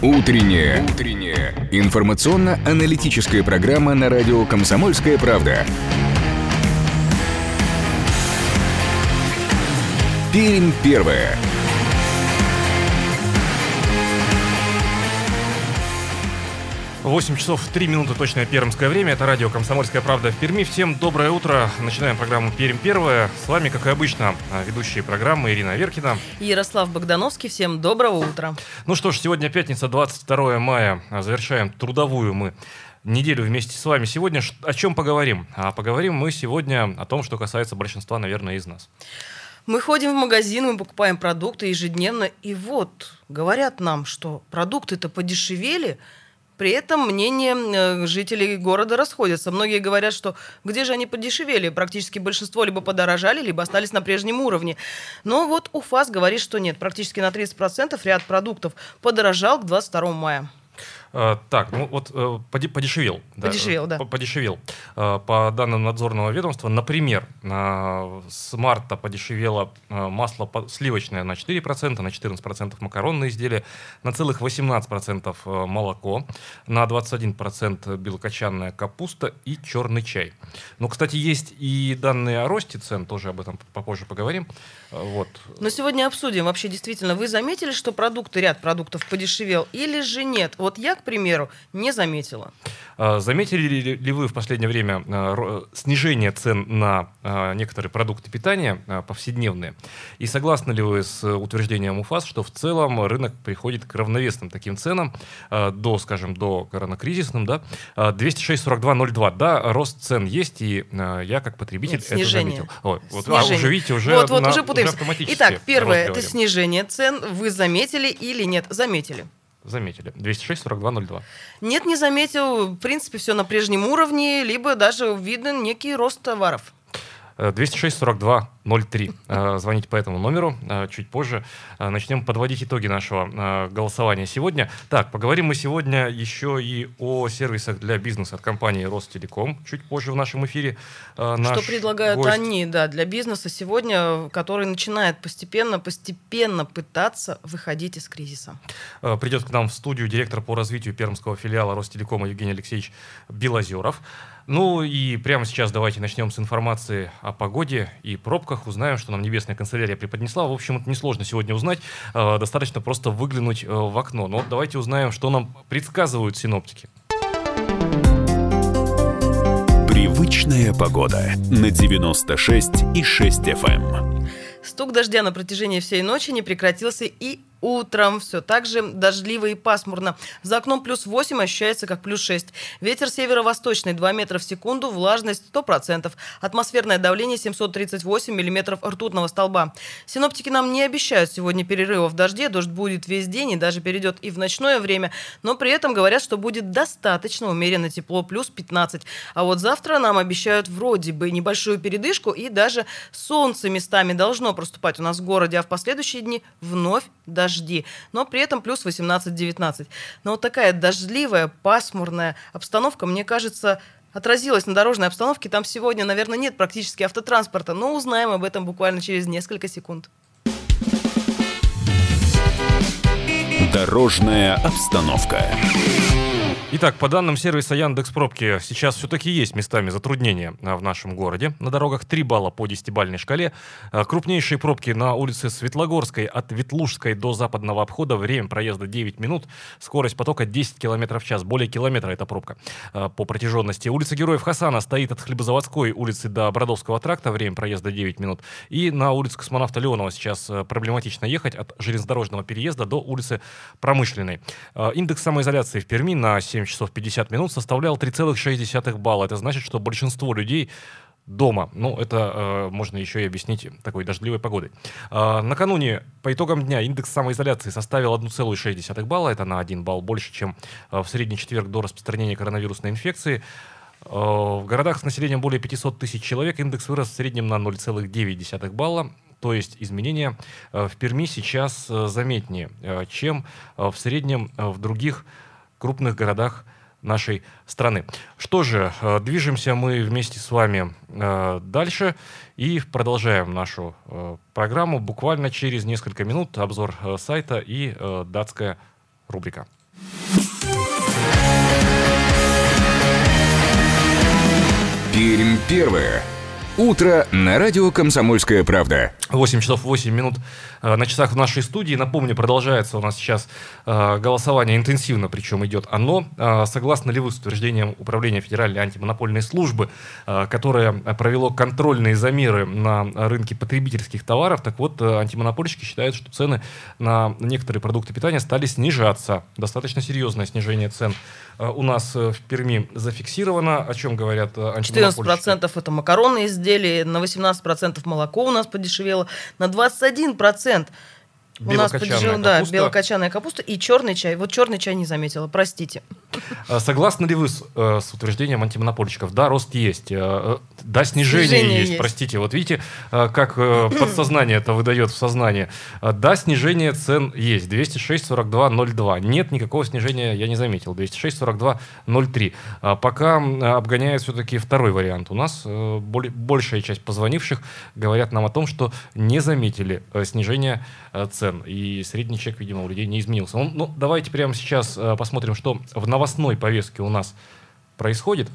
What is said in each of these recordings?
Утренняя информационно-аналитическая программа на радио «Комсомольская правда». Пермь первая. 8 часов 3 минуты точное пермское время. Это радио «Комсомольская правда» в Перми. Всем доброе утро. Начинаем программу «Пермь первая». С вами, как и обычно, ведущие программы Ирина Аверкина и Ярослав Богдановский. Всем доброго утра. Ну что ж, сегодня пятница, 22 мая. Завершаем трудовую мы неделю вместе с вами. Сегодня о чем поговорим? Поговорим мы сегодня о том, что касается большинства, наверное, из нас. Мы ходим в магазин, мы покупаем продукты ежедневно. И вот, говорят нам, что продукты-то подешевели. При этом мнения жителей города расходятся. Многие говорят, что где же они подешевели? Практически большинство либо подорожали, либо остались на прежнем уровне. Но вот УФАС говорит, что нет. Практически на 30% ряд продуктов подорожал к 22 мая. Так, ну вот подешевел. Подешевел, да. Подешевел. По данным надзорного ведомства, например, с марта подешевело масло сливочное на 4%, на 14% макаронные изделия, на целых 18% молоко, на 21% белокочанная капуста и черный чай. Но, кстати, есть и данные о росте цен, тоже об этом попозже поговорим. Вот. Но сегодня обсудим. Вообще, действительно, вы заметили, что ряд продуктов подешевел или же нет? Вот я, к примеру, не заметила. Заметили ли вы в последнее время снижение цен на некоторые продукты питания повседневные? И согласны ли вы с утверждением УФАС, что в целом рынок приходит к равновесным таким ценам до коронакризисным, да? 206-42-02, да, рост цен есть, и я как потребитель это заметил. Уже видите, уже путаемся. Итак, первое, это снижение цен. Вы заметили или нет? Заметили. Заметили. 206-42-02. Нет, не заметил. В принципе, все на прежнем уровне, либо даже виден некий рост товаров. 206-42-03. Звоните по этому номеру. Чуть позже начнем подводить итоги нашего голосования сегодня. Так, поговорим мы сегодня еще и о сервисах для бизнеса от компании Ростелеком. Чуть позже в нашем эфире. Что предлагают они, для бизнеса сегодня, который начинает постепенно пытаться выходить из кризиса. Придет к нам в студию директор по развитию пермского филиала Ростелекома Евгений Алексеевич Белозеров. Ну и прямо сейчас давайте начнем с информации о погоде и пробках. Узнаем, что нам небесная канцелярия преподнесла. В общем, это несложно сегодня узнать. Достаточно просто выглянуть в окно. Но давайте узнаем, что нам предсказывают синоптики. Привычная погода на 96,6 FM. Стук дождя на протяжении всей ночи не прекратился и утром. Все так же дождливо и пасмурно. За окном +8 ощущается как +6. Ветер северо-восточный 2 метра в секунду, влажность 100%. Атмосферное давление 738 миллиметров ртутного столба. Синоптики нам не обещают сегодня перерыва в дожде. Дождь будет весь день и даже перейдет и в ночное время. Но при этом говорят, что будет достаточно умеренно тепло, +15. А вот завтра нам обещают вроде бы небольшую передышку и даже солнце местами должно проступать у нас в городе, а в последующие дни вновь дожди. Но при этом +18-19. Но вот такая дождливая, пасмурная обстановка, мне кажется, отразилась на дорожной обстановке. Там сегодня, наверное, нет практически автотранспорта, но узнаем об этом буквально через несколько секунд. Дорожная обстановка. Итак, по данным сервиса Яндекс.Пробки, сейчас все-таки есть местами затруднения в нашем городе. На дорогах 3 балла по 10-бальной шкале. Крупнейшие пробки на улице Светлогорской от Ветлужской до Западного обхода. Время проезда 9 минут. Скорость потока 10 км в час. Более километра эта пробка по протяженности. Улица Героев Хасана стоит от Хлебозаводской улицы до Бродовского тракта. Время проезда 9 минут. И на улицу Космонавта Леонова сейчас проблематично ехать от железнодорожного переезда до улицы Промышленной. Индекс самоизоляции в Перми на 7 часов 50 минут составлял 3,6 балла. Это значит, что большинство людей дома. Ну, это можно еще и объяснить такой дождливой погодой. Накануне, по итогам дня, индекс самоизоляции составил 1,6 балла. Это на 1 балл больше, чем в средний четверг до распространения коронавирусной инфекции. В городах с населением более 500 тысяч человек индекс вырос в среднем на 0,9 балла. То есть изменения в Перми сейчас заметнее, чем в среднем в других крупных городах нашей страны. Что же, движемся мы вместе с вами дальше и продолжаем нашу программу. Буквально через несколько минут обзор сайта и датская рубрика. Пермь первое. Утро на радио «Комсомольская правда». 8 часов 8 минут на часах в нашей студии. Напомню, продолжается у нас сейчас голосование интенсивно, причем идет оно. Согласны ли вы с утверждением Управления Федеральной антимонопольной службы, которое провело контрольные замеры на рынке потребительских товаров? Так вот, антимонопольщики считают, что цены на некоторые продукты питания стали снижаться. Достаточно серьезное снижение цен у нас в Перми зафиксировано. О чем говорят антимонопольщики? 14% это макаронные изделия, на 18% молоко у нас подешевело, на 21% у нас подешевела, да, белокочанная капуста и черный чай. Вот черный чай не заметила, простите. Согласны ли вы с утверждением антимонопольщиков? Да, рост есть. Да, снижение есть. Простите, вот видите, как подсознание это выдает в сознание. Да, снижение цен есть. 206-42-02. Нет, никакого снижения я не заметил. 206-42-03. Пока обгоняет все-таки второй вариант. У нас большая часть позвонивших говорят нам о том, что не заметили снижения цен. И средний чек, видимо, у людей не изменился. Ну, давайте прямо сейчас посмотрим, что в новостной повестке у нас происходит.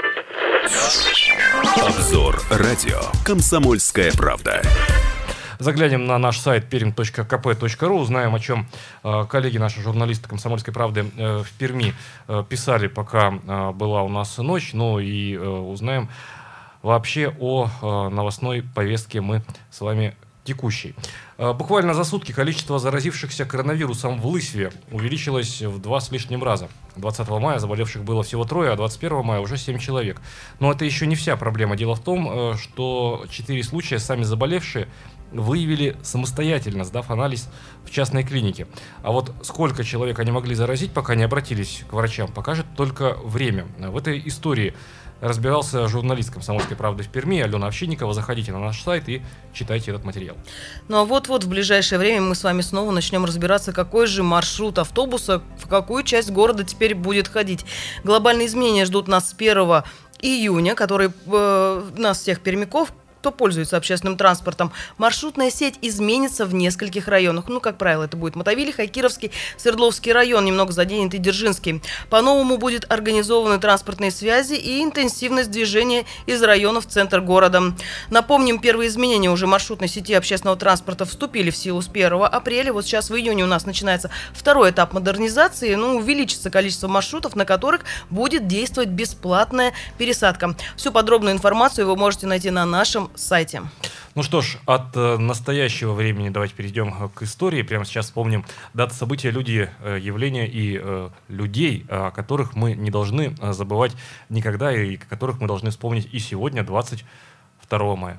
Обзор радио «Комсомольская правда». Заглянем на наш сайт perm.kp.ru, узнаем, о чем коллеги, наши журналисты «Комсомольской правды» в Перми писали, пока была у нас ночь. Ну и узнаем вообще о новостной повестке мы с вами текущей. Буквально за сутки количество заразившихся коронавирусом в Лысьве увеличилось в 2 с лишним раза. 20 мая заболевших было всего 3, а 21 мая уже 7 человек. Но это еще не вся проблема. Дело в том, что 4 случая сами заболевшие выявили самостоятельно, сдав анализ в частной клинике. А вот сколько человек они могли заразить, пока не обратились к врачам, покажет только время. В этой истории разбирался журналист «Комсомольской правды» в Перми Алена Овчинникова. Заходите на наш сайт и читайте этот материал. Ну а вот-вот в ближайшее время мы с вами снова начнем разбираться, какой же маршрут автобуса в какую часть города теперь будет ходить. Глобальные изменения ждут нас с 1 июня, которые нас всех пермяков, кто пользуется общественным транспортом. Маршрутная сеть изменится в нескольких районах. Ну, как правило, это будет Мотовилиха, Кировский, Свердловский район, немного заденет и Дзержинский. По-новому будет организованы транспортные связи и интенсивность движения из районов в центр города. Напомним, первые изменения уже маршрутной сети общественного транспорта вступили в силу с 1 апреля. Вот сейчас в июне у нас начинается второй этап модернизации. Ну, увеличится количество маршрутов, на которых будет действовать бесплатная пересадка. Всю подробную информацию вы можете найти на нашем сайте. Ну что ж, от настоящего времени давайте перейдем к истории. Прямо сейчас вспомним даты, события, люди, явления и людей, о которых мы не должны забывать никогда и которых мы должны вспомнить и сегодня, 22 мая.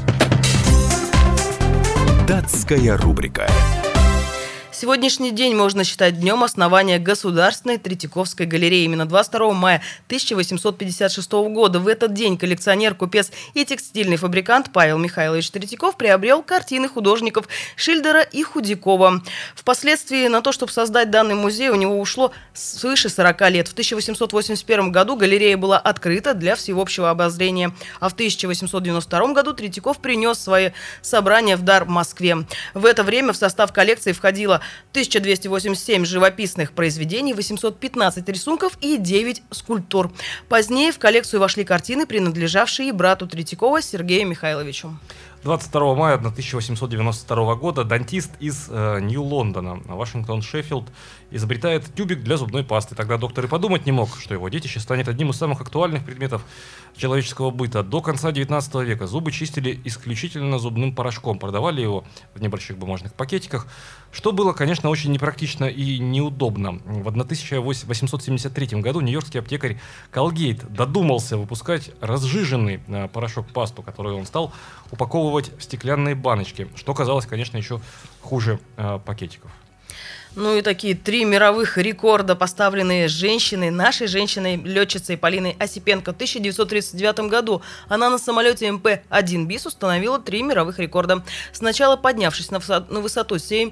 Датская рубрика. Сегодняшний день можно считать днем основания Государственной Третьяковской галереи. Именно 22 мая 1856 года в этот день коллекционер, купец и текстильный фабрикант Павел Михайлович Третьяков приобрел картины художников Шильдера и Худякова. Впоследствии на то, чтобы создать данный музей, у него ушло свыше 40 лет. В 1881 году галерея была открыта для всеобщего обозрения, а в 1892 году Третьяков принес свои собрания в дар Москве. В это время в состав коллекции входило 1287 живописных произведений, 815 рисунков и 9 скульптур. Позднее в коллекцию вошли картины, принадлежавшие брату Третьякова Сергею Михайловичу. 22 мая 1892 года дантист из Нью-Лондона, Вашингтон Шеффилд, изобретает тюбик для зубной пасты. Тогда доктор и подумать не мог, что его детище станет одним из самых актуальных предметов человеческого быта. До конца 19 века зубы чистили исключительно зубным порошком, продавали его в небольших бумажных пакетиках, что было, конечно, очень непрактично и неудобно. В 1873 году нью-йоркский аптекарь Колгейт додумался выпускать разжиженный порошок-пасту, который он стал упаковывать в стеклянные баночки, что казалось, конечно, еще хуже пакетиков. Ну и такие 3 мировых рекорда, поставленные женщиной, нашей женщиной-летчицей Полиной Осипенко в 1939 году. Она на самолете МП-1 БИС установила 3 мировых рекорда. Сначала поднявшись на высоту 7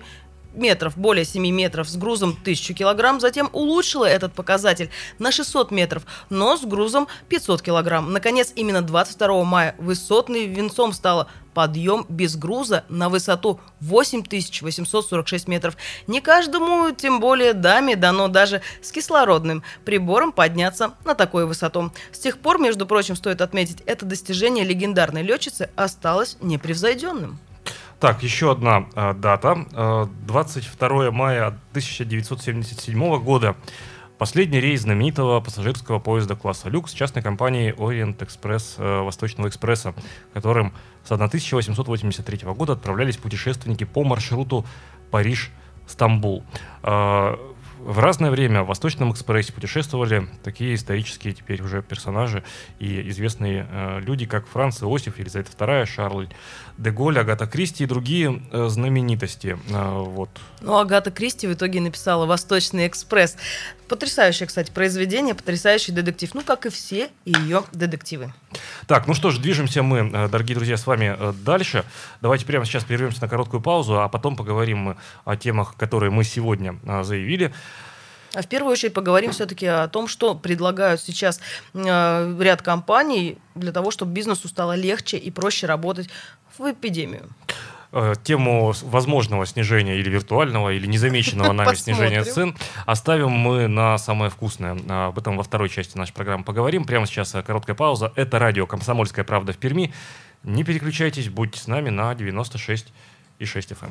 более 7 метров с грузом 1000 килограмм, затем улучшила этот показатель на 600 метров, но с грузом 500 килограмм. Наконец, именно 22 мая высотным венцом стало подъем без груза на высоту 8846 метров. Не каждому, тем более даме, дано даже с кислородным прибором подняться на такую высоту. С тех пор, между прочим, стоит отметить, это достижение легендарной летчицы осталось непревзойденным. Так, еще одна дата. 22 мая 1977 года. Последний рейс знаменитого пассажирского поезда класса люкс частной компании Orient Express Восточного экспресса, которым с 1883 года отправлялись путешественники по маршруту Париж-Стамбул. В разное время в Восточном экспрессе путешествовали такие исторические теперь уже персонажи и известные люди, как Франц Иосиф, Елизавета II, Шарль де Голль, Агата Кристи и другие знаменитости. Вот. Ну, Агата Кристи в итоге написала «Восточный экспресс». Потрясающее, кстати, произведение, потрясающий детектив, ну, как и все ее детективы. Так, ну что ж, движемся мы, дорогие друзья, с вами дальше. Давайте прямо сейчас прервемся на короткую паузу, а потом поговорим мы о темах, которые мы сегодня заявили. А в первую очередь поговорим все-таки о том, что предлагают сейчас ряд компаний для того, чтобы бизнесу стало легче и проще работать в эпидемию. Тему возможного снижения или виртуального, или незамеченного нами снижения цен оставим мы на самое вкусное. Об этом во второй части нашей программы поговорим. Прямо сейчас короткая пауза. Это радио «Комсомольская правда» в Перми. Не переключайтесь, будьте с нами на 96,6 FM.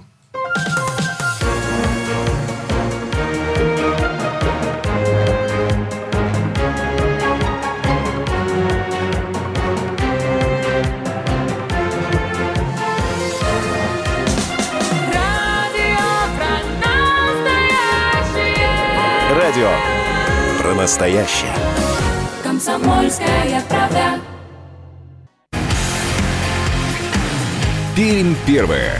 Радио про настоящее. Комсомольская правда. Пермь первая.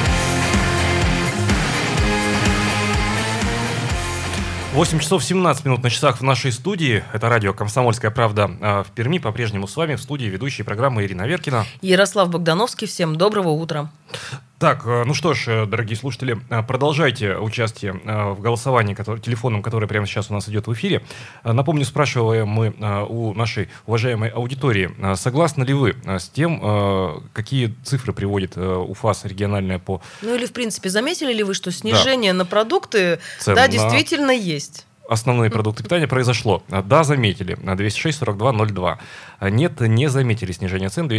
Восемь часов 17 минут на часах в нашей студии. Это радио «Комсомольская правда» в Перми. По-прежнему с вами в студии ведущие программы Ирина Веркина. Ярослав Богдановский. Всем доброго утра. Так, ну что ж, дорогие слушатели, продолжайте участие в голосовании телефоном, который прямо сейчас у нас идет в эфире. Напомню, спрашиваем мы у нашей уважаемой аудитории, согласны ли вы с тем, какие цифры приводит УФАС региональная по... Ну или, в принципе, заметили ли вы, что снижение на продукты, цен да, на действительно есть? Основные продукты питания произошло. Да, заметили. 206-42-02. Нет, не заметили снижение цен.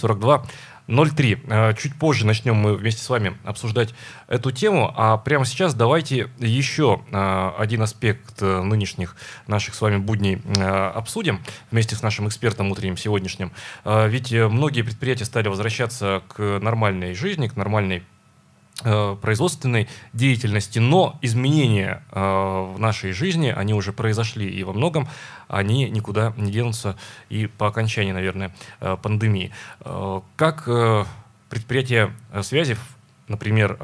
206-42-03. Чуть позже начнем мы вместе с вами обсуждать эту тему. А прямо сейчас давайте еще один аспект нынешних наших с вами будней обсудим вместе с нашим экспертом утренним сегодняшним. Ведь многие предприятия стали возвращаться к нормальной жизни, к нормальной производственной деятельности, но изменения в нашей жизни, они уже произошли, и во многом они никуда не денутся и по окончании, наверное, пандемии. Как предприятие связи, например,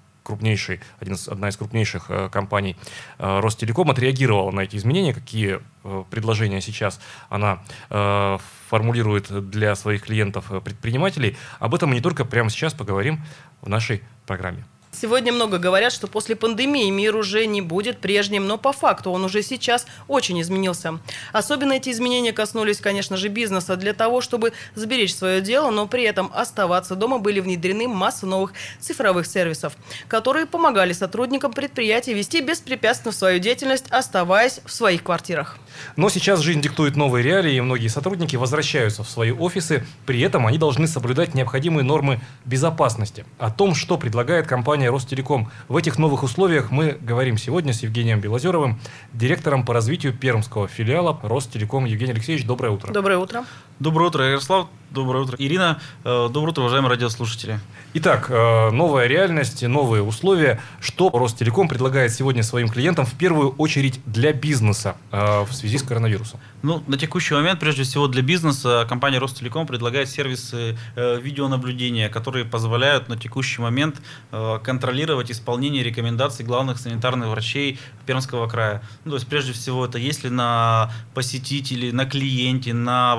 одна из крупнейших компаний Ростелеком отреагировала на эти изменения, какие предложения сейчас она формулирует для своих клиентов-предпринимателей. Об этом мы не только прямо сейчас поговорим в нашей программе. Сегодня много говорят, что после пандемии мир уже не будет прежним, но по факту он уже сейчас очень изменился. Особенно эти изменения коснулись, конечно же, бизнеса. Для того, чтобы сберечь свое дело, но при этом оставаться дома, были внедрены масса новых цифровых сервисов, которые помогали сотрудникам предприятий вести беспрепятственно свою деятельность, оставаясь в своих квартирах. Но сейчас жизнь диктует новые реалии, и многие сотрудники возвращаются в свои офисы. При этом они должны соблюдать необходимые нормы безопасности. О том, что предлагает компания Ростелеком в этих новых условиях, мы говорим сегодня с Евгением Белозеровым, директором по развитию пермского филиала Ростелеком. Евгений Алексеевич, доброе утро. Доброе утро. Доброе утро, Ярослав. Доброе утро, Ирина. Доброе утро, уважаемые радиослушатели. Итак, новая реальность, новые условия. Что Ростелеком предлагает сегодня своим клиентам, в первую очередь для бизнеса в связи с коронавирусом? Ну, на текущий момент, прежде всего, для бизнеса компания Ростелеком предлагает сервисы видеонаблюдения, которые позволяют на текущий момент контролировать исполнение рекомендаций главных санитарных врачей Пермского края. Ну, то есть, прежде всего, это если на посетителе, на клиенте, на вашем сотруднике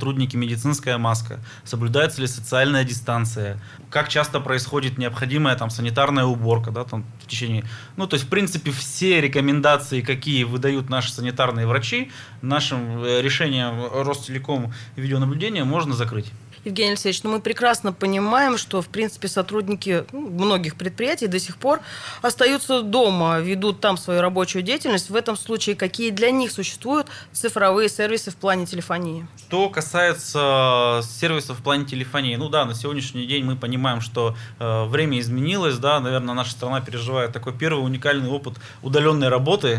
сотрудники медицинская маска, соблюдается ли социальная дистанция, как часто происходит необходимая там санитарная уборка, да, там в течение, ну, то есть, в принципе, все рекомендации, какие выдают наши санитарные врачи, нашим решением Ростелеком видеонаблюдения можно закрыть. Евгений Алексеевич, мы прекрасно понимаем, что, в принципе, сотрудники многих предприятий до сих пор остаются дома, ведут там свою рабочую деятельность. В этом случае какие для них существуют цифровые сервисы в плане телефонии? Что касается сервисов в плане телефонии, на сегодняшний день мы понимаем, что время изменилось, да, наверное, наша страна переживает такой первый уникальный опыт удаленной работы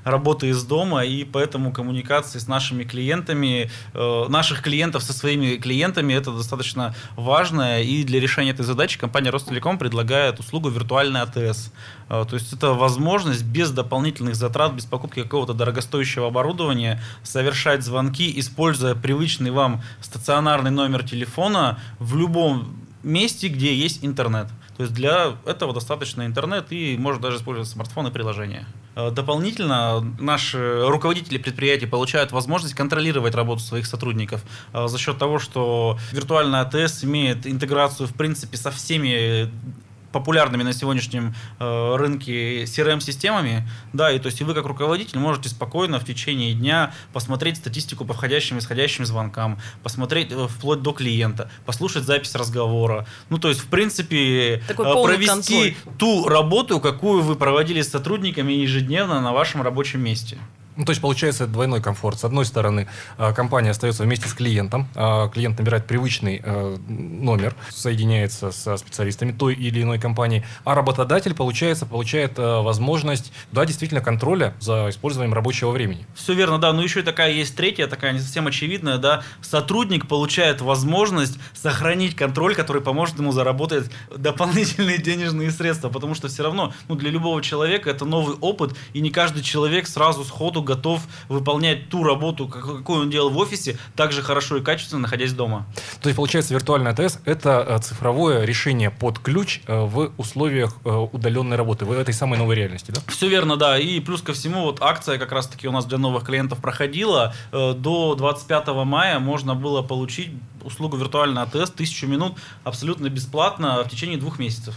из дома, и поэтому коммуникации с нашими клиентами, наших клиентов со своими клиентами, это достаточно важно, и для решения этой задачи компания Ростелеком предлагает услугу виртуальный АТС. То есть это возможность без дополнительных затрат, без покупки какого-то дорогостоящего оборудования совершать звонки, используя привычный вам стационарный номер телефона в любом месте, где есть интернет. То есть для этого достаточно интернет и можно даже использовать смартфон и приложения. Дополнительно наши руководители предприятий получают возможность контролировать работу своих сотрудников за счет того, что виртуальный АТС имеет интеграцию в принципе со всеми популярными на сегодняшнем рынке CRM-системами, да, и то есть и вы как руководитель можете спокойно в течение дня посмотреть статистику по входящим и исходящим звонкам, посмотреть вплоть до клиента, послушать запись разговора, то есть в принципе провести ту работу, какую вы проводили с сотрудниками ежедневно на вашем рабочем месте. То есть получается двойной комфорт. С одной стороны, компания остается вместе с клиентом, клиент набирает привычный номер, соединяется со специалистами той или иной компании, а работодатель, получает возможность, действительно контроля за использованием рабочего времени. Все верно, да, но еще и такая есть третья, такая не совсем очевидная, да, сотрудник получает возможность сохранить контроль, который поможет ему заработать дополнительные денежные средства, потому что все равно, для любого человека это новый опыт, и не каждый человек сразу сходу готов выполнять ту работу, какую он делал в офисе, так же хорошо и качественно, находясь дома. То есть, получается, виртуальный АТС – это цифровое решение под ключ в условиях удаленной работы, в этой самой новой реальности, да? Все верно, да. И плюс ко всему, акция как раз-таки у нас для новых клиентов проходила. До 25 мая можно было получить услугу виртуальный АТС 1000 минут абсолютно бесплатно в течение 2 месяцев.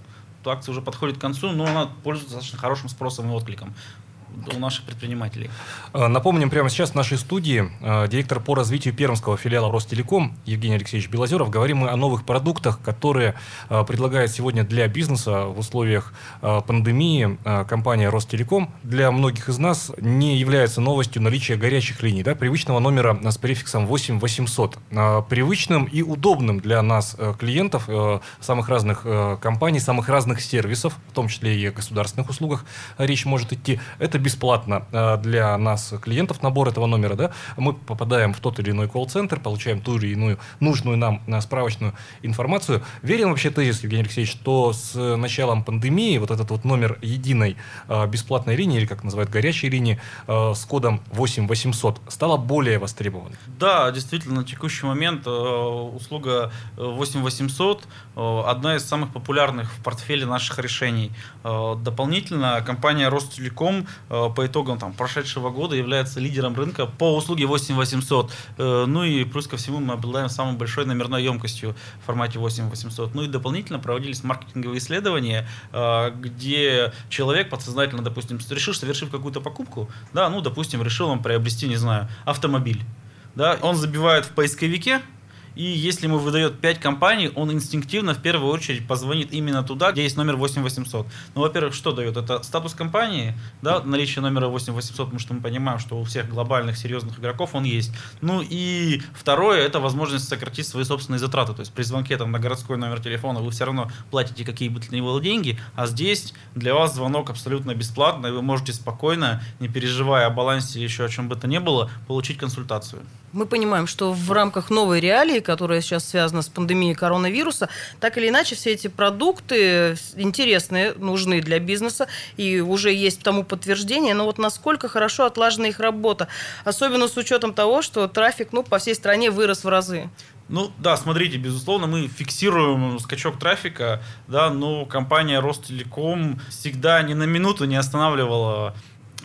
Акция уже подходит к концу, но она пользуется достаточно хорошим спросом и откликом у наших предпринимателей. Напомним, прямо сейчас в нашей студии директор по развитию пермского филиала Ростелеком Евгений Алексеевич Белозеров. Говорим мы о новых продуктах, которые предлагает сегодня для бизнеса в условиях пандемии компания Ростелеком. Для многих из нас не является новостью наличие горячих линий, привычного номера с префиксом 8800. Привычным и удобным для нас клиентов самых разных компаний, самых разных сервисов, в том числе и о государственных услугах речь может идти. Это бесплатно для нас, клиентов, набор этого номера. Да? Мы попадаем в тот или иной колл-центр, получаем ту или иную нужную нам справочную информацию. Верен вообще тезис, Евгений Алексеевич, что с началом пандемии вот этот номер единой бесплатной линии, или как называют горячей линии, с кодом 8800 стала более востребованной? Да, действительно, на текущий момент услуга 8800 одна из самых популярных в портфеле наших решений. Дополнительно компания Ростелеком по итогам прошедшего года является лидером рынка по услуге 8800. И плюс ко всему мы обладаем самой большой номерной емкостью в формате 8800. И дополнительно проводились маркетинговые исследования, где человек подсознательно, допустим, решил, совершив какую-то покупку, допустим, решил он приобрести, автомобиль. Да, он забивает в поисковике, и если ему выдает 5 компаний, он инстинктивно в первую очередь позвонит именно туда, где есть номер 8800. Во-первых, что дает? Это статус компании, наличие номера 8800, потому что мы понимаем, что у всех глобальных, серьезных игроков он есть. И второе, это возможность сократить свои собственные затраты. То есть при звонке на городской номер телефона вы все равно платите какие бы то ни было деньги, а здесь для вас звонок абсолютно бесплатно, и вы можете спокойно, не переживая о балансе или еще о чем бы то ни было, получить консультацию. Мы понимаем, что в рамках новой реалии, которая сейчас связана с пандемией коронавируса, так или иначе все эти продукты интересные, нужны для бизнеса, и уже есть тому подтверждение, но насколько хорошо отлажена их работа, особенно с учетом того, что трафик по всей стране вырос в разы. Смотрите, безусловно, мы фиксируем скачок трафика, но компания Ростелеком всегда ни на минуту не останавливала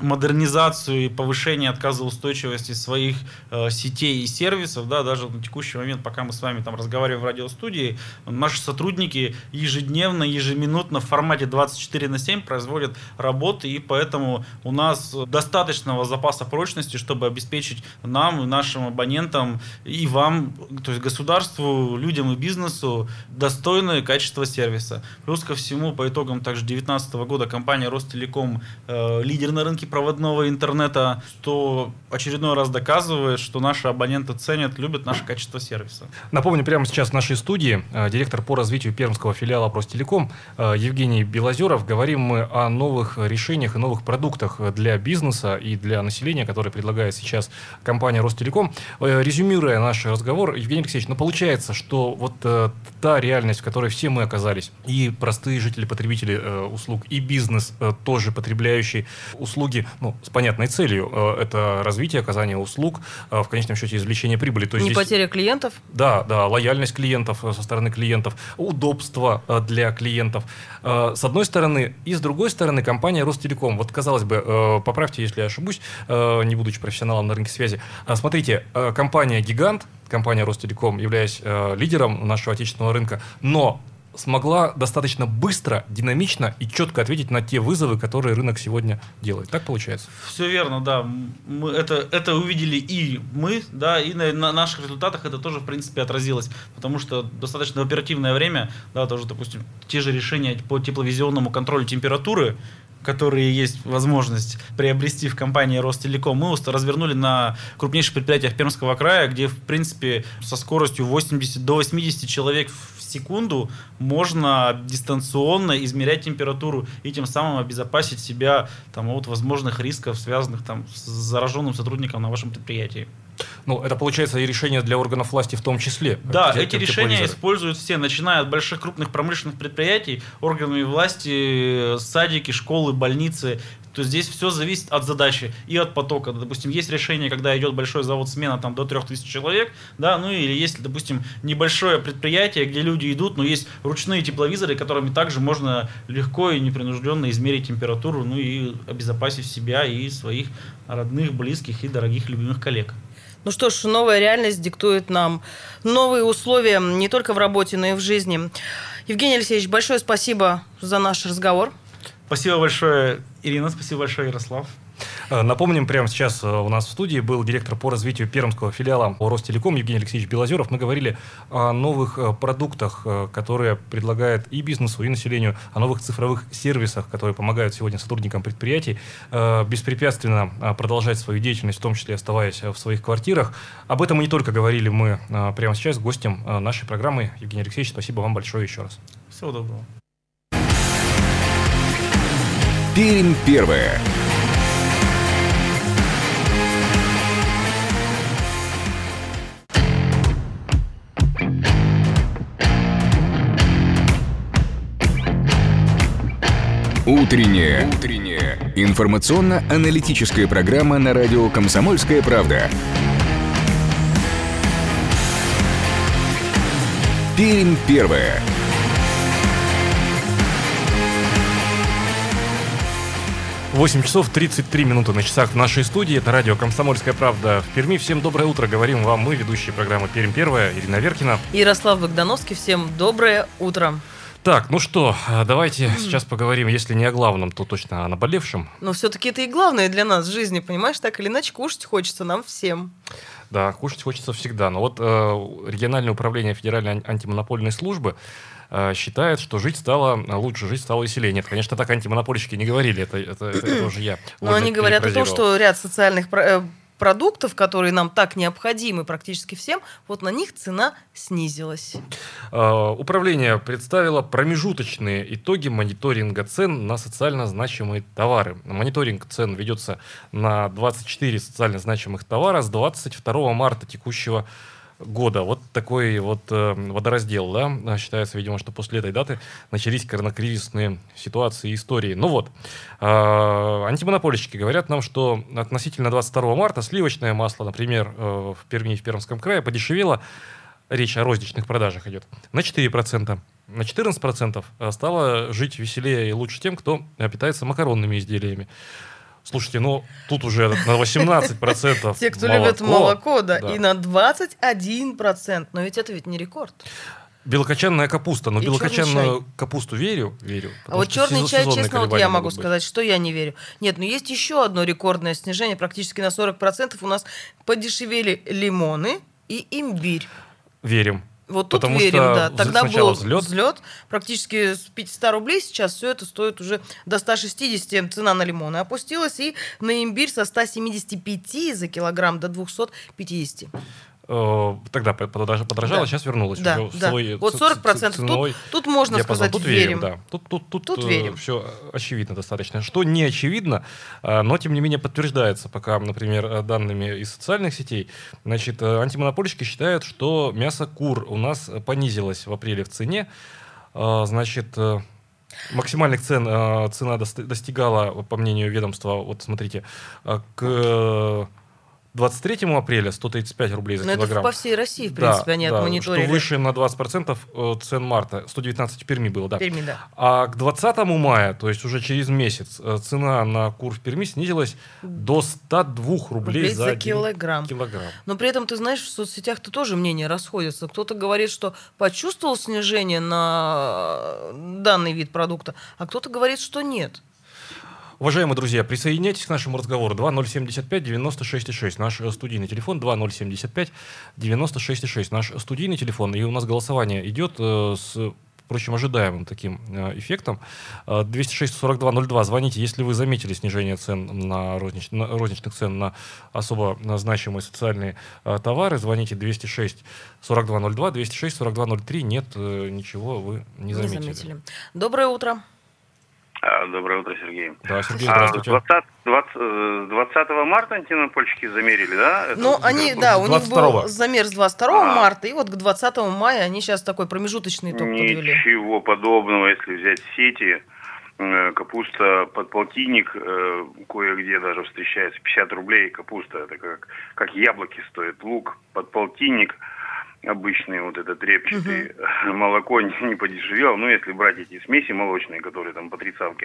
модернизацию и повышение отказоустойчивости своих сетей и сервисов, да, даже на текущий момент, пока мы с вами там разговариваем в радиостудии, наши сотрудники ежедневно, ежеминутно в формате 24/7 производят работы, и поэтому у нас достаточного запаса прочности, чтобы обеспечить нам, нашим абонентам и вам, то есть государству, людям и бизнесу достойное качество сервиса. Плюс ко всему, по итогам также 2019 года компания Ростелеком лидер на рынке проводного интернета, что очередной раз доказывает, что наши абоненты ценят, любят наше качество сервиса. Напомню, прямо сейчас в нашей студии директор по развитию пермского филиала Ростелеком Евгений Белозеров. Говорим мы о новых решениях и новых продуктах для бизнеса и для населения, которые предлагает сейчас компания Ростелеком. Резюмируя наш разговор, Евгений Алексеевич, получается, что вот та реальность, в которой все мы оказались, и простые жители, потребители услуг, и бизнес, тоже потребляющий услуги, с понятной целью, это развитие, оказание услуг, в конечном счете извлечение прибыли. То есть не потеря клиентов? Да, лояльность клиентов со стороны клиентов, удобство для клиентов. С одной стороны, и с другой стороны, компания Ростелеком. Вот, казалось бы, поправьте, если я ошибусь, не будучи профессионалом на рынке связи. Смотрите, компания-гигант, компания Ростелеком, являясь лидером нашего отечественного рынка, но смогла достаточно быстро, динамично и четко ответить на те вызовы, которые рынок сегодня делает. Так получается? Все верно, да. Мы это увидели и мы, да, и на наших результатах это тоже, в принципе, отразилось. Потому что достаточно в оперативное время, да, тоже, допустим, те же решения по тепловизионному контролю температуры, которые есть возможность приобрести в компании Ростелеком, мы развернули на крупнейших предприятиях Пермского края, где, в принципе, со скоростью 80 до 80 человек в секунду можно дистанционно измерять температуру и тем самым обезопасить себя от возможных рисков, связанных с зараженным сотрудником на вашем предприятии. Это получается и решение для органов власти в том числе. Да, эти решения используют все, начиная от больших крупных промышленных предприятий, органами власти, садики, школы, больницы. То есть здесь все зависит от задачи и от потока. Допустим, есть решение, когда идет большой завод, смена до 3000 человек, да, или есть, допустим, небольшое предприятие, где люди идут, но есть ручные тепловизоры, которыми также можно легко и непринужденно измерить температуру, и обезопасить себя и своих родных, близких и дорогих, любимых коллег. Что ж, новая реальность диктует нам новые условия не только в работе, но и в жизни. Евгений Алексеевич, большое спасибо за наш разговор. Спасибо большое, Ирина, спасибо большое, Ярослав. Напомним, прямо сейчас у нас в студии был директор по развитию пермского филиала Ростелеком Евгений Алексеевич Белозеров. Мы говорили о новых продуктах, которые предлагает и бизнесу, и населению, о новых цифровых сервисах, которые помогают сегодня сотрудникам предприятий беспрепятственно продолжать свою деятельность, в том числе оставаясь в своих квартирах. Об этом и не только говорили мы прямо сейчас с гостем нашей программы. Евгений Алексеевич, спасибо вам большое еще раз. Всего доброго. Пермь первая. Утренняя информационно-аналитическая программа на радио «Комсомольская правда». Пермь первая. 8 часов 33 минуты на часах в нашей студии. Это радио «Комсомольская правда» в Перми. Всем доброе утро. Говорим вам мы, ведущие программы «Пермь первая», Ирина Веркина. Ярослав Богдановский. Всем доброе утро. Так, давайте сейчас поговорим, если не о главном, то точно о наболевшем. Но все-таки это и главное для нас в жизни, понимаешь? Так или иначе, кушать хочется нам всем. Да, кушать хочется всегда. Но региональное управление Федеральной антимонопольной службы считает, что жить стало лучше, жить стало веселее. Нет, конечно, так антимонопольщики не говорили, это уже я. Но они говорят о том, что ряд социальных продуктов, которые нам так необходимы практически всем, на них цена снизилась. Управление представило промежуточные итоги мониторинга цен на социально значимые товары. Мониторинг цен ведется на 24 социально значимых товара с 22 марта текущего года. Вот такой водораздел, да, считается, видимо, что после этой даты начались коронакризисные ситуации и истории. Антимонопольщики говорят нам, что относительно 22 марта сливочное масло, например, в Перми и в Пермском крае подешевело, речь о розничных продажах идет, на 4%. На 14% стало жить веселее и лучше тем, кто питается макаронными изделиями. Слушайте, ну тут уже на 18%. Те, кто любит молоко, да, да. и на 21%. Но ведь это ведь не рекорд. Белокочанная капуста. Но И белокочанную капусту верю. А вот что черный чай, сезонные честно, вот колебания я могу могут быть. сказать, что я не верю. Нет, но есть еще одно рекордное снижение, практически на 40%. У нас подешевели лимоны и имбирь. Верим. Вот тут Потому верим, что да. Тогда сначала был взлет. взлет практически с 500 рублей. Сейчас все это стоит уже до 160 цена на лимоны. Опустилась и на имбирь со 175 за килограмм до 250. Тогда подорожало, Да. сейчас вернулось. Да, уже в да. свой Вот 40%. ценовой Тут можно диапазон. сказать, Тут верим. Да. Тут верим. все очевидно достаточно. Что не очевидно, но тем не менее подтверждается пока, например, данными из социальных сетей. Значит, антимонопольщики считают, что мясо кур у нас понизилось в апреле в цене. Значит, максимальных цена достигала, по мнению ведомства, вот смотрите, к 23 апреля 135 рублей за Но это килограмм. по всей России, в принципе, они отмониторили. Что выше на 20% цен марта. 119 в Перми было, да. Перми, да. А к 20 мая, то есть уже через месяц, цена на кур в Перми снизилась до 102 рублей за 1 килограмм. Но при этом, ты знаешь, в соцсетях-то тоже мнения расходятся. Кто-то говорит, что почувствовал снижение на данный вид продукта, а кто-то говорит, что нет. Уважаемые друзья, присоединяйтесь к нашему разговору. 2075-96-6, наш студийный телефон. 2075-96-6, наш студийный телефон. И у нас голосование идет с, впрочем, ожидаемым таким эффектом. 206-42-02. Звоните, если вы заметили снижение цен на розничных цен на особо значимые социальные товары. Звоните 206-42-02, 206-42-03. Нет, ничего вы не заметили. Доброе утро. Доброе утро, Сергей. Да, Сергей, здравствуйте. 20 марта антимонопольщики замерили, да? Ну, они, да, у них был замер с 22 марта, и вот к 20 мая они сейчас такой промежуточный итог подвели. Ничего подобного, если взять сети, капуста подполтинник, кое-где даже встречается, 50 рублей капуста, это как яблоки стоит, лук подполтинник, обычный вот этот репчатый, молоко не подешевело, ну, если брать эти смеси молочные, которые там по 30-ке.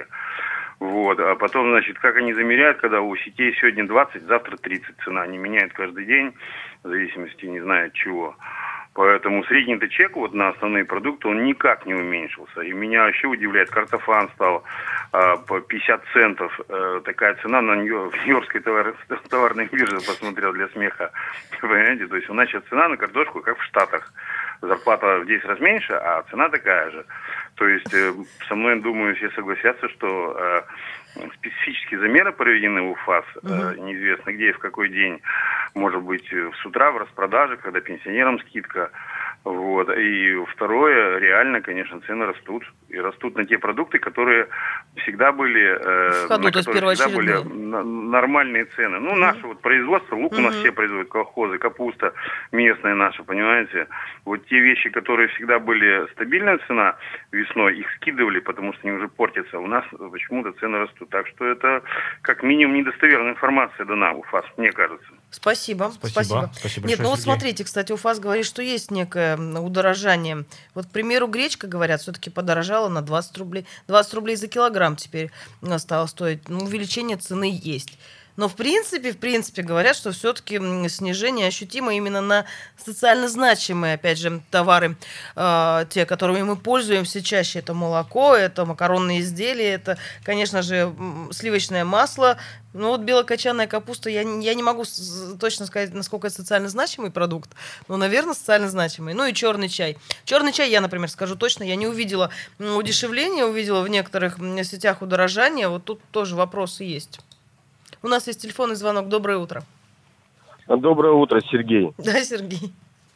Вот, а потом, значит, как они замеряют, когда у сетей сегодня 20, завтра 30 цена, они меняют каждый день, в зависимости, не знаю, от чего. Поэтому средний-то чек вот на основные продукты, он никак не уменьшился. И меня вообще удивляет, картофан стал по 50 центов. Такая цена на Нью-Йоркской товарной бирже, посмотрел для смеха. Понимаете, то есть у нас сейчас цена на картошку, как в Штатах. Зарплата в 10 раз меньше, а цена такая же. То есть со мной, думаю, все согласятся, что специфические замеры проведены в УФАС, неизвестно где и в какой день, может быть, с утра в распродаже, когда пенсионерам скидка. Вот. И второе, реально, конечно, цены растут. И растут на те продукты, которые всегда были, в ходу, на то есть которые всегда были первоочередные. нормальные цены. Ну, наше вот производство, лук у нас все производят, колхозы, капуста местная наша, понимаете. Вот те вещи, которые всегда были стабильная цена весной, их скидывали, потому что они уже портятся. У нас почему-то цены растут. Так что это как минимум недостоверная информация дана у ФАС, мне кажется. Спасибо. Спасибо Нет, ну вот Сергей. смотрите, кстати, УФАС говорит, что есть некое удорожание. Вот, к примеру, гречка, говорят, все-таки подорожала на 20 рублей. 20 рублей за килограмм теперь стало стоить. Ну, увеличение цены есть. Но в принципе говорят, что все-таки снижение ощутимо именно на социально значимые, опять же, товары, те, которыми мы пользуемся чаще. Это молоко, это макаронные изделия, это, конечно же, сливочное масло. Ну вот белокочанная капуста, я не могу точно сказать, насколько это социально значимый продукт, но, наверное, социально значимый. Ну и черный чай. Черный чай, я, например, скажу точно, я не увидела удешевления, увидела в некоторых сетях удорожания. Вот тут тоже вопросы есть. У нас есть телефонный звонок. Доброе утро. Доброе утро, Сергей. Да, Сергей.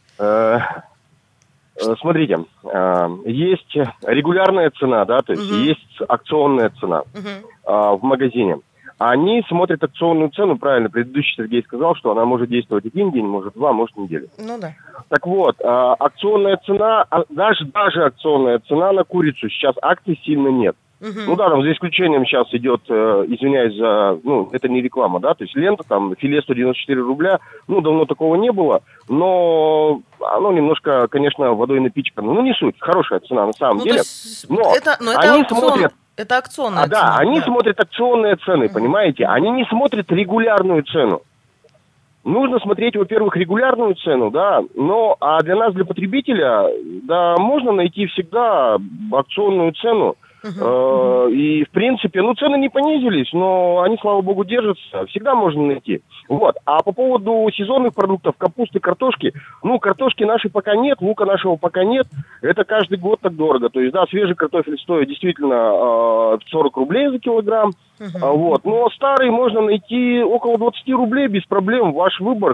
Смотрите, есть регулярная цена, да, то есть есть акционная цена в магазине. Они смотрят акционную цену, правильно, предыдущий Сергей сказал, что она может действовать один день, может два, может неделю. Ну да. Так вот, акционная цена, даже акционная цена на курицу, сейчас акций сильно нет. Ну да, там за исключением сейчас идет, извиняюсь за, это не реклама, да, то есть лента, там, филе 194 рубля, давно такого не было, но оно немножко, конечно, водой напичкано, не суть, хорошая цена на самом деле, но это они аукцион. смотрят... Это акционная цена. Да, они смотрят акционные цены, понимаете? Они не смотрят регулярную цену. Нужно смотреть, во-первых, регулярную цену, да, а для нас, для потребителя, да, можно найти всегда акционную цену. И, в принципе, цены не понизились, но они, слава богу, держатся. Всегда можно найти. Вот. А по поводу сезонных продуктов, капусты, картошки, картошки нашей пока нет, лука нашего пока нет. Это каждый год так дорого. То есть, да, свежий картофель стоит действительно 40 рублей за килограмм. Вот. Но старый можно найти около 20 рублей без проблем. Ваш выбор,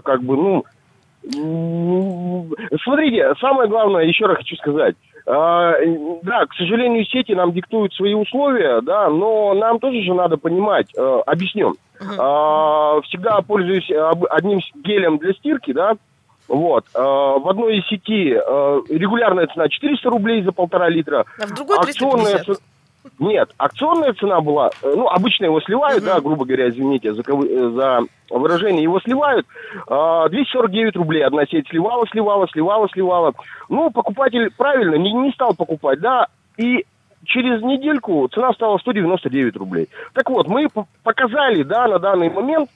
Смотрите, самое главное, еще раз хочу сказать. Да, к сожалению, сети нам диктуют свои условия, да, но нам тоже же надо понимать, объясню. Всегда пользуюсь одним гелем для стирки, да, вот. В одной из сети регулярная цена 400 рублей за 1,5 литра. А в другой 350? Нет, акционная цена была, обычно его сливают, да, грубо говоря, извините за выражение, его сливают, 249 рублей одна сеть сливала. Покупатель правильно не стал покупать, да, и через недельку цена стала 199 рублей. Так вот, мы показали, да, на данный момент,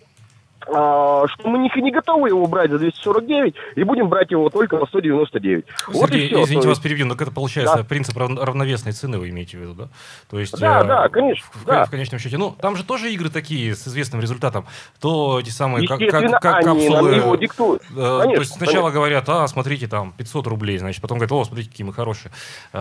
что мы не готовы его брать за 249 и будем брать его только на 199. Сергей, вот извините, вас перебью, но это получается принцип равновесной цены, вы имеете в виду, да? То есть, да, конечно. В конечном счете. Там же тоже игры такие с известным результатом. То эти самые естественно, капсулы. Они нам его диктуют. То есть сначала говорят, смотрите, там 500 рублей, значит, потом говорят, смотрите, какие мы хорошие,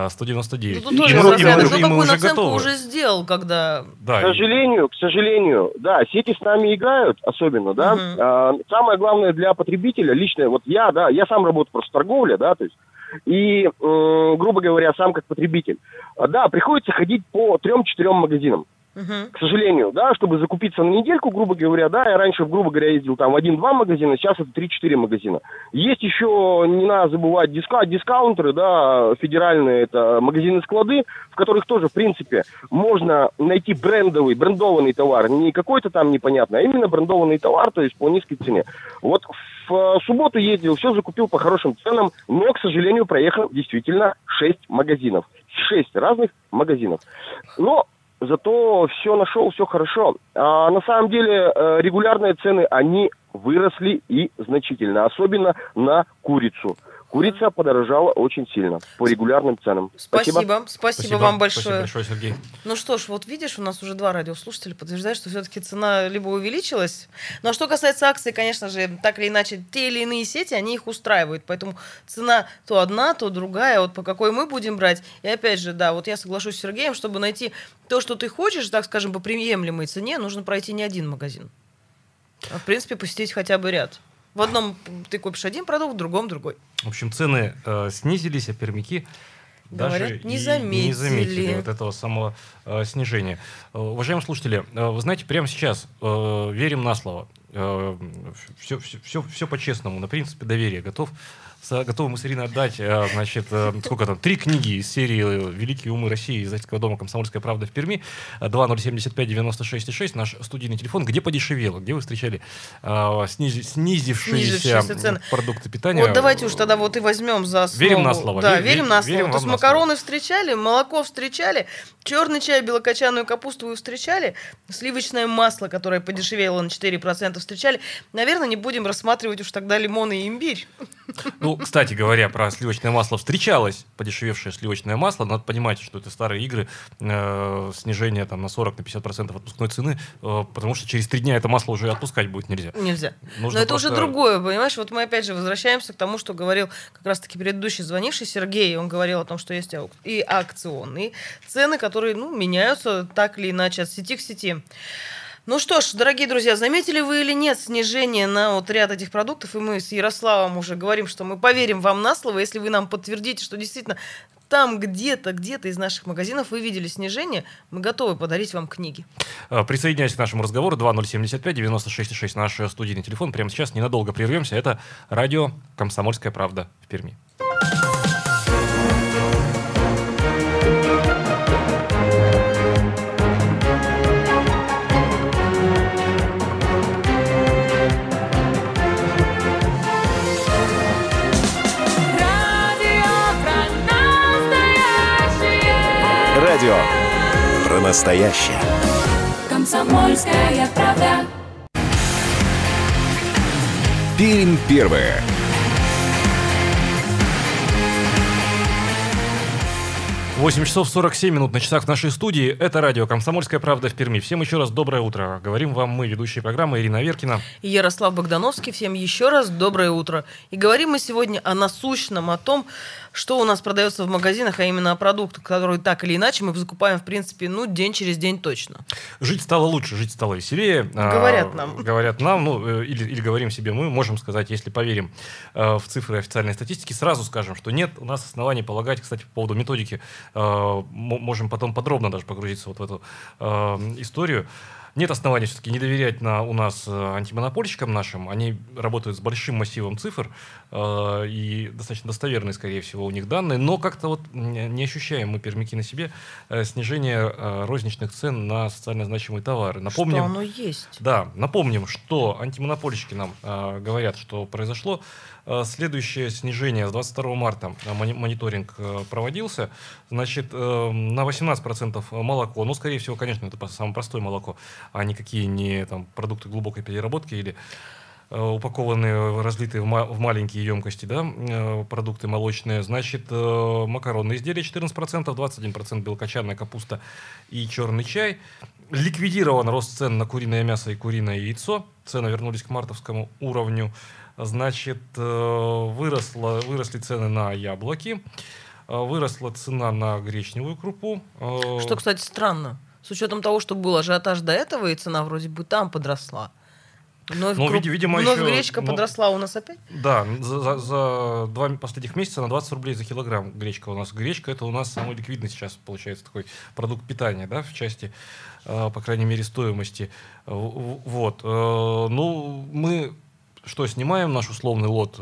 199. Тут тоже какую наценку уже сделал, когда... К сожалению, да, сети с нами играют, особенно, да. Самое главное для потребителя, лично, вот я сам работаю просто в торговле, да, то есть, и, грубо говоря, сам как потребитель, да, приходится ходить по 3-4 магазинам. К сожалению, да, чтобы закупиться на недельку, грубо говоря, да, я раньше, грубо говоря, ездил там в 1-2 магазина, сейчас это 3-4 магазина. Есть еще, не надо забывать, дискаунтеры, да, федеральные, это магазины-склады, в которых тоже, в принципе, можно найти брендованный товар, не какой-то там непонятный, а именно брендованный товар, то есть по низкой цене. Вот в субботу ездил, все закупил по хорошим ценам, но, к сожалению, проехал действительно 6 магазинов. 6 разных магазинов. Но зато все нашел, все хорошо. А на самом деле регулярные цены, они выросли и значительно. Особенно на курицу. Курица подорожала очень сильно по регулярным ценам. Спасибо вам большое. Спасибо большое, Сергей. Ну что ж, вот видишь, у нас уже 2 радиослушателя подтверждают, что все-таки цена либо увеличилась. Ну а что касается акций, конечно же, так или иначе, те или иные сети, они их устраивают. Поэтому цена то одна, то другая. Вот по какой мы будем брать. И опять же, да, вот я соглашусь с Сергеем, чтобы найти то, что ты хочешь, так скажем, по приемлемой цене, нужно пройти не один магазин. А в принципе, посетить хотя бы ряд. В одном ты купишь один продукт, в другом другой. В общем, цены снизились, а пермяки даже не заметили вот этого самого снижения. Уважаемые слушатели, вы знаете, прямо сейчас верим на слово. Все по-честному, на принципе доверия. Готовы мы с Ириной отдать, значит, 3 книги из серии «Великие умы России» издательского дома «Комсомольская правда» в Перми. 2075-96-6, наш студийный телефон. Где подешевело? Где вы встречали снизившиеся продукты питания? Вот давайте уж тогда вот и возьмем за основу. Верим на слово. Да, верим на слово. То есть макароны встречали, молоко встречали, черный чай, белокочанную капусту вы встречали, сливочное масло, которое подешевело на 4%, встречали. Наверное, не будем рассматривать уж тогда лимоны и имбирь. Ну, кстати говоря, про сливочное масло встречалось подешевевшее сливочное масло. Надо понимать, что это старые игры, снижение там, на 40-50% отпускной цены, потому что через 3 дня это масло уже отпускать будет нельзя. Но это уже другое, понимаешь? Вот мы опять же возвращаемся к тому, что говорил как раз-таки предыдущий звонивший Сергей. Он говорил о том, что есть и акционные цены, которые меняются так или иначе от сети к сети. Ну что ж, дорогие друзья, заметили вы или нет снижение на вот ряд этих продуктов? И мы с Ярославом уже говорим, что мы поверим вам на слово, если вы нам подтвердите, что действительно там где-то из наших магазинов вы видели снижение, мы готовы подарить вам книги. Присоединяйтесь к нашему разговору. 2075-96-6, наш студийный телефон. Прямо сейчас ненадолго прервемся. Это радио «Комсомольская правда» в Перми. Радио Про настоящее. Комсомольская правда. Пермь первая. 8 часов 47 минут на часах в нашей студии. Это радио «Комсомольская правда» в Перми. Всем еще раз доброе утро. Говорим вам мы, ведущие программы Ирина Аверкина и Ярослав Богдановский. Всем еще раз доброе утро. И говорим мы сегодня о насущном, о том, что у нас продается в магазинах, а именно о продуктах, которые так или иначе мы закупаем, в принципе, день через день точно. Жить стало лучше, жить стало веселее. Говорят нам. Говорят нам, или говорим себе мы, можем сказать, если поверим в цифры официальной статистики, сразу скажем, что нет у нас оснований полагать, кстати, по поводу методики, можем потом подробно даже погрузиться вот в эту историю. Нет оснований все-таки не доверять у нас антимонопольщикам нашим. Они работают с большим массивом цифр и достаточно достоверные, скорее всего, у них данные. Но как-то вот не ощущаем мы, пермяки, на себе снижение розничных цен на социально значимые товары. Напомним, что оно есть. Да, напомним, что антимонопольщики нам говорят, что произошло. Следующее снижение с 22 марта мониторинг проводился. Значит, на 18% молоко. Скорее всего, конечно, это самое простое молоко, а никакие не продукты глубокой переработки или упакованные, разлитые в маленькие емкости, продукты молочные. Значит, макаронные изделия 14%, 21% белокочанная капуста и черный чай. Ликвидирован рост цен на куриное мясо и куриное яйцо. Цены вернулись к мартовскому уровню. Значит, выросли цены на яблоки, выросла цена на гречневую крупу. Что, кстати, странно. С учетом того, что был ажиотаж до этого, и цена вроде бы там подросла. Видимо, вновь гречка подросла у нас опять? Да, за 2 последних месяца на 20 рублей за килограмм гречка у нас. Гречка — это у нас самый ликвидный сейчас, получается, такой продукт питания, в части, по крайней мере, стоимости. Вот. Мы... Что, снимаем наш условный лот?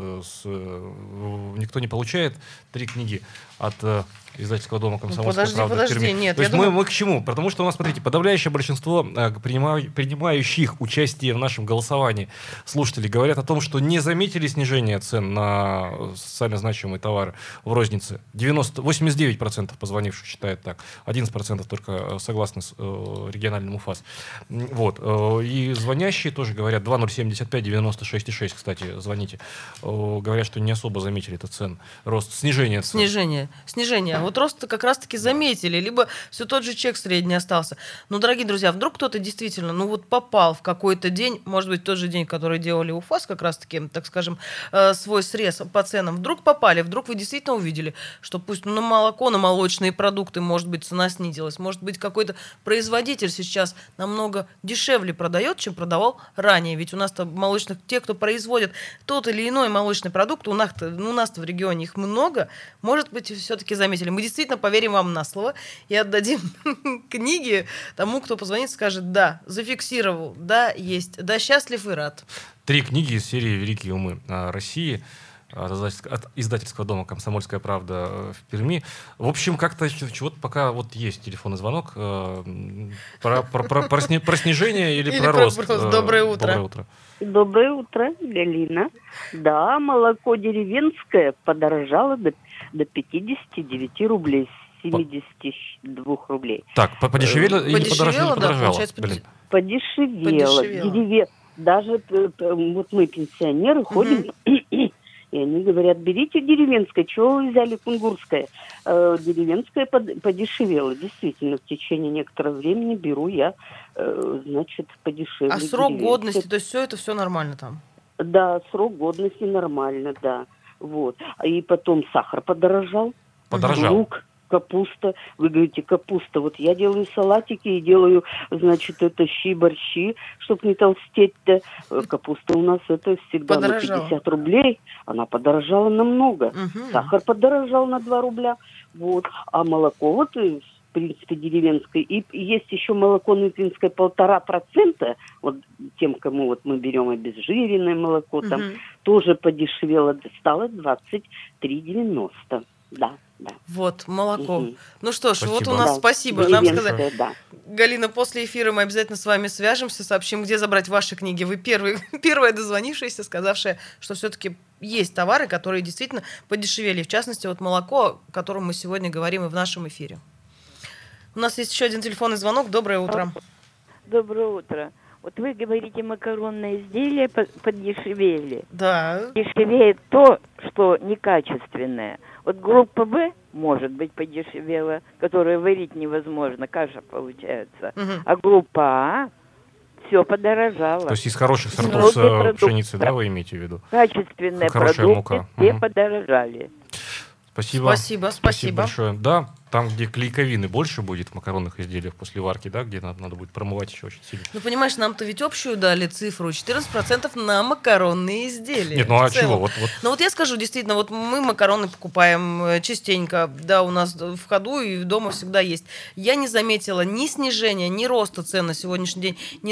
Никто не получает 3 книги от издательского дома «Комсомольская правда» в Перми. Нет. То есть мы к чему? Потому что у нас, смотрите, подавляющее большинство принимающих участие в нашем голосовании слушателей говорят о том, что не заметили снижения цен на социально значимые товары в рознице. 89% позвонивших считают так. 11% только согласны с региональным УФАС. Вот. И звонящие тоже говорят, 2075-96,6, кстати, звоните. Говорят, что не особо заметили этот рост, снижение цен. Снижение. Вот рост как раз-таки заметили, либо все тот же чек средний остался. Дорогие друзья, вдруг кто-то действительно, попал в какой-то день, может быть, тот же день, который делали УФАС, как раз-таки, так скажем, свой срез по ценам, вдруг попали, вдруг вы действительно увидели, что пусть на молоко, на молочные продукты, может быть, цена снизилась, может быть, какой-то производитель сейчас намного дешевле продает, чем продавал ранее. Ведь у нас-то те, кто производит тот или иной молочный продукт, у нас-то в регионе их много, может быть, все-таки заметили. Мы действительно поверим вам на слово и отдадим книги тому, кто позвонит и скажет: да, зафиксировал, да, есть, да, счастлив и рад. 3 книги из серии «Великие умы России» от издательского дома «Комсомольская правда» в Перми. В общем, как-то чего-то пока есть телефонный звонок. Про снижение или про рост? Доброе утро. Доброе утро, Галина. Да, молоко деревенское подорожало до 59 рублей, с 72 рублей. Так, подешевело или подорожало? Да, получается, подешевело. Даже вот мы, пенсионеры, ходим, и они говорят: берите деревенское, чего вы взяли кунгурское? Деревенское подешевело. Действительно, в течение некоторого времени беру я, подешевле. А срок годности, то есть все нормально там? Да, срок годности нормально, да. Вот. И потом сахар подорожал. Лук, капуста. Вы говорите, капуста. Вот я делаю салатики и делаю, щи-борщи, чтобы не толстеть-то. Капуста у нас это всегда на 50 рублей. Она подорожала намного. Сахар подорожал на 2 рубля. Вот. А молоко в принципе, деревенское. И есть еще молоко нутринское 1,5%. Вот тем, кому мы берем обезжиренное молоко, там тоже подешевело. Стало 23,90. Да. Вот, молоко. Ну что ж, спасибо. вот у нас спасибо. Нам сказали, да. Галина, после эфира мы обязательно с вами свяжемся, сообщим, где забрать ваши книги. Вы первая дозвонившаяся, сказавшая, что все-таки есть товары, которые действительно подешевели. В частности, молоко, о котором мы сегодня говорим и в нашем эфире. У нас есть еще один телефонный звонок. Доброе утро. Доброе утро. Вот вы говорите, макаронные изделия подешевели. Да. Дешевеет то, что некачественное. Вот группа В, может быть, подешевела, которую варить невозможно, каша получается. А группа А все подорожало. То есть из хороших сортов пшеницы, да, вы имеете в виду? Качественные продукты все подорожали. Спасибо большое. Да, там, где клейковины больше будет в макаронных изделиях после варки, да, где надо будет промывать еще очень сильно. Ну, понимаешь, нам-то ведь общую дали цифру 14% на макаронные изделия. Нет, ну а чего? Ну вот я скажу, действительно, вот мы макароны покупаем частенько, да, у нас в ходу и дома всегда есть. Я не заметила ни снижения, ни роста цен на сегодняшний день ни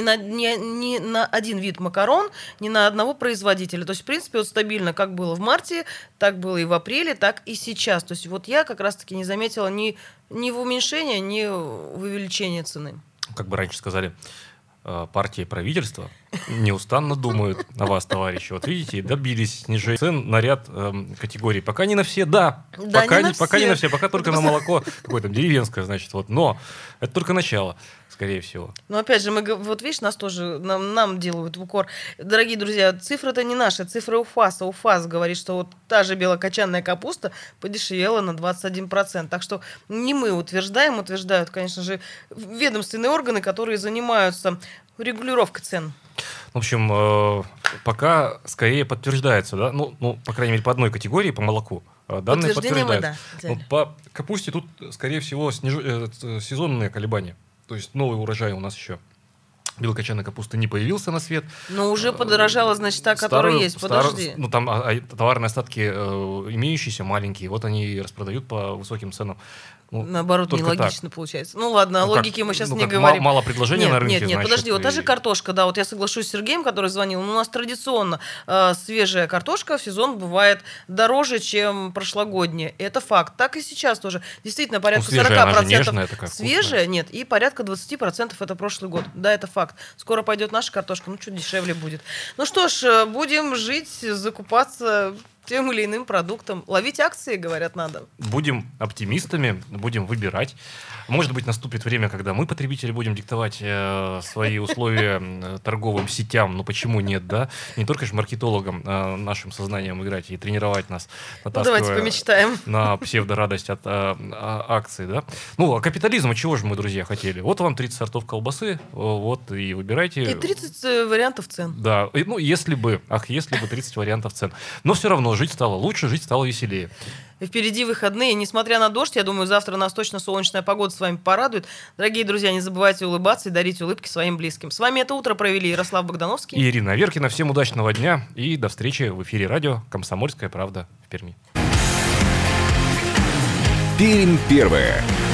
на один вид макарон, ни на одного производителя. То есть, в принципе, вот стабильно, как было в марте, так было и в апреле, так и сейчас. То есть вот я как раз-таки не заметила ни в уменьшении, ни в увеличении цены. Как бы раньше сказали, партия и правительство неустанно думают о вас, товарищи. Вот видите, добились снижения цен на ряд категорий. Пока не на все, да. Пока не на все, пока только на молоко какое-то деревенское, значит. Вот. Но это только начало, скорее всего. Но опять же, вот видишь, нас тоже, нам делают в укор. Дорогие друзья, цифры-то не наши, цифры УФАСа. УФАС говорит, что вот та же белокочанная капуста подешевела на 21%. Так что не мы утверждаем, утверждают, конечно же, ведомственные органы, которые занимаются регулировкой цен. В общем, пока скорее подтверждается, да, ну, по крайней мере, по одной категории, по молоку, данные подтверждаются. Но по капусте тут, скорее всего, сезонные колебания. То есть новый урожай у нас еще белокочанной капусты не появился на свет. Но уже подорожала, значит, та, которая есть. Подожди. Ну, там товарные остатки имеющиеся маленькие, вот они распродают по высоким ценам. Ну, наоборот, нелогично получается. Ну ладно, о логике мы сейчас не говорим. Мало предложения на рынке, Нет, подожди, вот та же картошка, да, вот я соглашусь с Сергеем, который звонил, у нас традиционно свежая картошка в сезон бывает дороже, чем прошлогодняя. Это факт. Так и сейчас тоже. Действительно, порядка 40% свежая, нет, и порядка 20% это прошлый год. Да, это факт. Скоро пойдет наша картошка, ну, чуть дешевле будет. Ну что ж, будем жить, закупаться тем или иным продуктом. Ловить акции, говорят, надо. Будем оптимистами, будем выбирать. Может быть, наступит время, когда мы, потребители, будем диктовать свои условия торговым сетям. Ну, почему нет, да? Не только же маркетологам нашим сознанием играть и тренировать нас, натаскивая давайте помечтаем на псевдорадость от акций, да? Ну, а капитализма чего же мы, друзья, хотели? Вот вам 30 сортов колбасы, вот, и выбирайте. И 30 вариантов цен. Да, ну, если бы 30 вариантов цен. Но все равно жить стало лучше, жить стало веселее. Впереди выходные. Несмотря на дождь, я думаю, завтра нас точно солнечная погода с вами порадует. Дорогие друзья, не забывайте улыбаться и дарить улыбки своим близким. С вами это утро провели Ярослав Богдановский и Ирина Аверкина. Всем удачного дня и до встречи в эфире радио «Комсомольская правда» в Перми. Пермь первая.